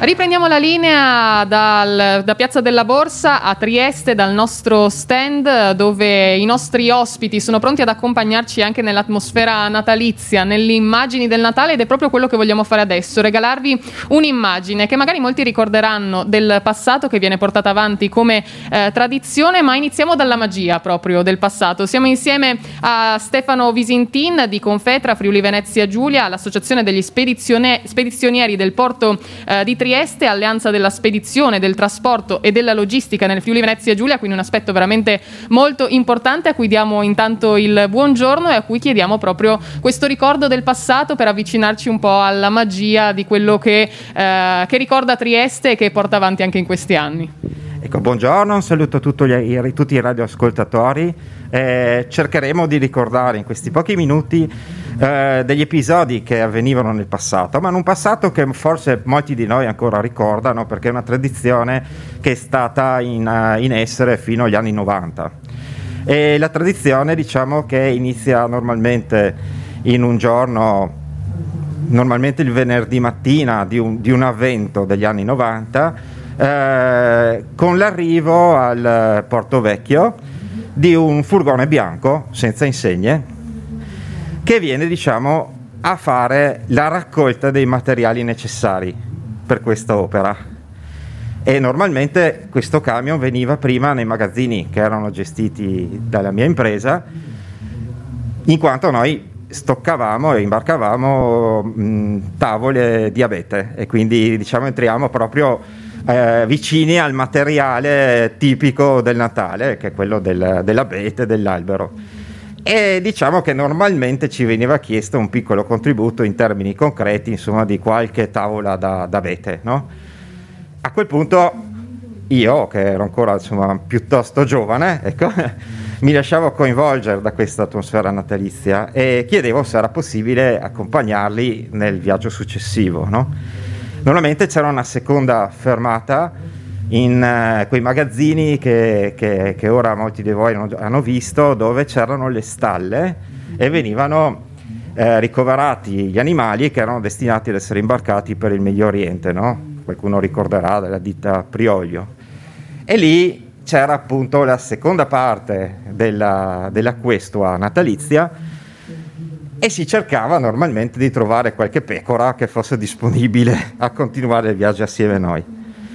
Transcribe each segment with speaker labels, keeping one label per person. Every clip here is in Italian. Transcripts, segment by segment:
Speaker 1: Riprendiamo la linea da Piazza della Borsa a Trieste, dal nostro stand, dove i nostri ospiti sono pronti ad accompagnarci anche nell'atmosfera natalizia, nelle immagini del Natale, ed è proprio quello che vogliamo fare adesso, regalarvi un'immagine che magari molti ricorderanno del passato, che viene portata avanti come tradizione, ma iniziamo dalla magia proprio del passato. Siamo insieme a Stefano Visintin di Confetra Friuli Venezia Giulia, all'Associazione degli Spedizionieri del Porto di Trieste, Alleanza della Spedizione, del Trasporto e della Logistica nel Friuli Venezia Giulia, quindi un aspetto veramente molto importante, a cui diamo intanto il buongiorno e a cui chiediamo proprio questo ricordo del passato per avvicinarci un po' alla magia di quello che ricorda Trieste e che porta avanti anche in questi anni.
Speaker 2: Ecco, buongiorno, un saluto a tutti i radioascoltatori. Cercheremo di ricordare in questi pochi minuti degli episodi che avvenivano nel passato, ma in un passato che forse molti di noi ancora ricordano, perché è una tradizione che è stata in essere fino agli anni 90. E la tradizione, diciamo, che inizia normalmente in un giorno, normalmente il venerdì mattina di un avvento degli anni 90, con l'arrivo al Porto Vecchio di un furgone bianco senza insegne che viene, diciamo, a fare la raccolta dei materiali necessari per questa opera. E normalmente questo camion veniva prima nei magazzini che erano gestiti dalla mia impresa, in quanto noi stoccavamo e imbarcavamo tavole di abete, e quindi, diciamo, entriamo proprio vicini al materiale tipico del Natale, che è quello dell'abete, dell'albero. E diciamo che normalmente ci veniva chiesto un piccolo contributo in termini concreti, insomma, di qualche tavola d'abete, no? A quel punto io, che ero ancora, insomma, piuttosto giovane, ecco, mi lasciavo coinvolgere da questa atmosfera natalizia e chiedevo se era possibile accompagnarli nel viaggio successivo, no? Normalmente c'era una seconda fermata in quei magazzini che ora molti di voi hanno visto, dove c'erano le stalle e venivano ricoverati gli animali che erano destinati ad essere imbarcati per il Medio Oriente, no? Qualcuno ricorderà della ditta Prioglio. E lì c'era appunto la seconda parte della questua natalizia, e si cercava normalmente di trovare qualche pecora che fosse disponibile a continuare il viaggio assieme a noi.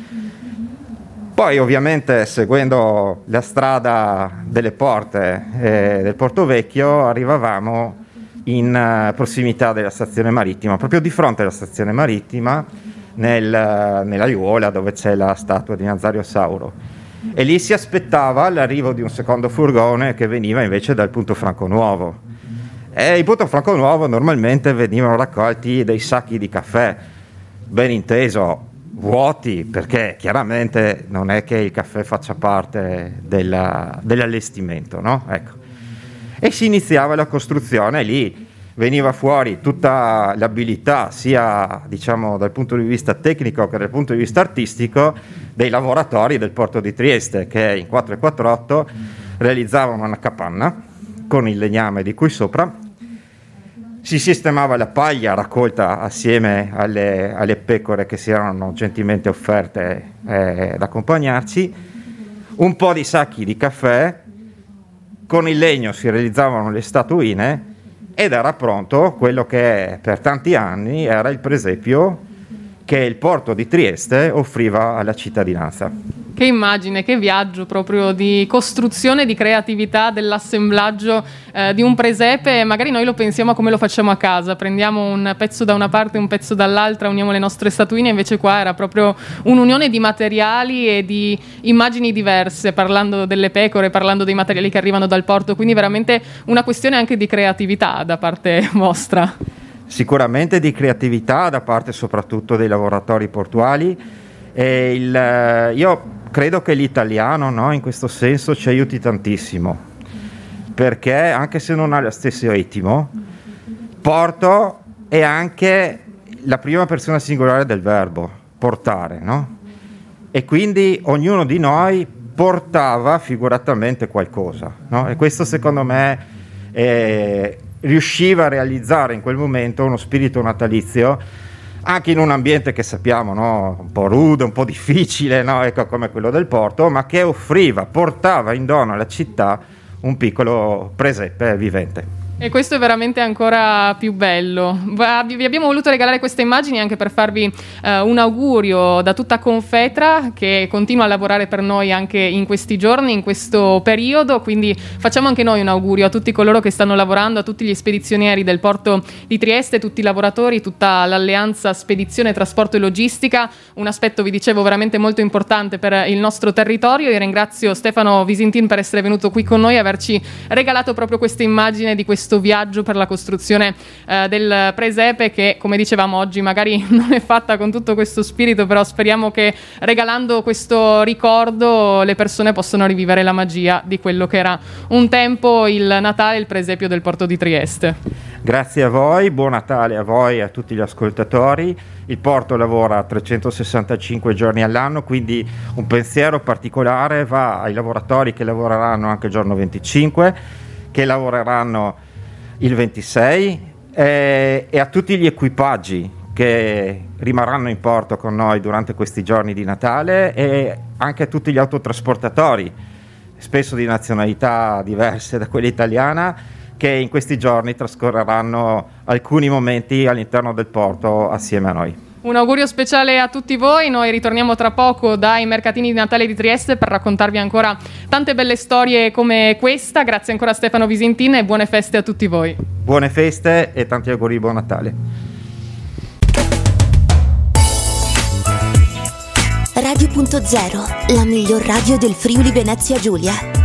Speaker 2: Poi, ovviamente, seguendo la strada delle porte del Porto Vecchio, arrivavamo in prossimità della stazione marittima, proprio di fronte alla stazione marittima, nella aiuola dove c'è la statua di Nazario Sauro. E lì si aspettava l'arrivo di un secondo furgone che veniva invece dal punto Franconuovo. E in punto Franconuovo normalmente venivano raccolti dei sacchi di caffè, ben inteso vuoti, perché chiaramente non è che il caffè faccia parte dell'allestimento, no? Ecco. E si iniziava la costruzione, lì veniva fuori tutta l'abilità, sia, diciamo, dal punto di vista tecnico che dal punto di vista artistico, dei lavoratori del porto di Trieste, che in 448 realizzavano una capanna con il legname di cui sopra. Si sistemava la paglia raccolta assieme alle pecore che si erano gentilmente offerte ad accompagnarci, un po' di sacchi di caffè, con il legno si realizzavano le statuine, ed era pronto quello che per tanti anni era il presepio che il porto di Trieste offriva alla cittadinanza.
Speaker 1: Che immagine, che viaggio proprio di costruzione, di creatività, dell'assemblaggio di un presepe. Magari noi lo pensiamo come lo facciamo a casa, prendiamo un pezzo da una parte, un pezzo dall'altra, uniamo le nostre statuine, invece qua era proprio un'unione di materiali e di immagini diverse, parlando delle pecore, parlando dei materiali che arrivano dal porto, quindi veramente una questione anche di creatività da parte vostra.
Speaker 2: Sicuramente di creatività da parte soprattutto dei lavoratori portuali. Io credo che l'italiano, no, in questo senso ci aiuti tantissimo, perché anche se non ha lo stesso etimo, porto è anche la prima persona singolare del verbo portare, no? E quindi ognuno di noi portava figuratamente qualcosa, no? E questo, secondo me, riusciva a realizzare in quel momento uno spirito natalizio anche in un ambiente che sappiamo, no? Un po' rude, un po' difficile, no? Ecco, come quello del porto, ma che portava in dono alla città un piccolo presepe vivente.
Speaker 1: E questo è veramente ancora più bello. Vi abbiamo voluto regalare queste immagini anche per farvi un augurio da tutta Confetra, che continua a lavorare per noi anche in questi giorni, in questo periodo, quindi facciamo anche noi un augurio a tutti coloro che stanno lavorando, a tutti gli spedizionieri del porto di Trieste, tutti i lavoratori, tutta l'alleanza spedizione, trasporto e logistica, un aspetto, vi dicevo, veramente molto importante per il nostro territorio. Io ringrazio Stefano Visintin per essere venuto qui con noi e averci regalato proprio questa immagine di questo viaggio per la costruzione del presepe, che, come dicevamo, oggi magari non è fatta con tutto questo spirito, però speriamo che regalando questo ricordo le persone possano rivivere la magia di quello che era un tempo il Natale, il presepio del porto di Trieste.
Speaker 2: Grazie a voi, buon Natale a voi e a tutti gli ascoltatori. Il porto lavora 365 giorni all'anno, quindi un pensiero particolare va ai lavoratori che lavoreranno anche il giorno 25, che lavoreranno il 26 e a tutti gli equipaggi che rimarranno in porto con noi durante questi giorni di Natale, e anche a tutti gli autotrasportatori, spesso di nazionalità diverse da quella italiana, che in questi giorni trascorreranno alcuni momenti all'interno del porto assieme a noi.
Speaker 1: Un augurio speciale a tutti voi. Noi ritorniamo tra poco dai mercatini di Natale di Trieste per raccontarvi ancora tante belle storie come questa. Grazie ancora a Stefano Visintin e buone feste a tutti voi.
Speaker 2: Buone feste e tanti auguri di buon Natale.
Speaker 3: Radio.0, la miglior radio del Friuli Venezia Giulia.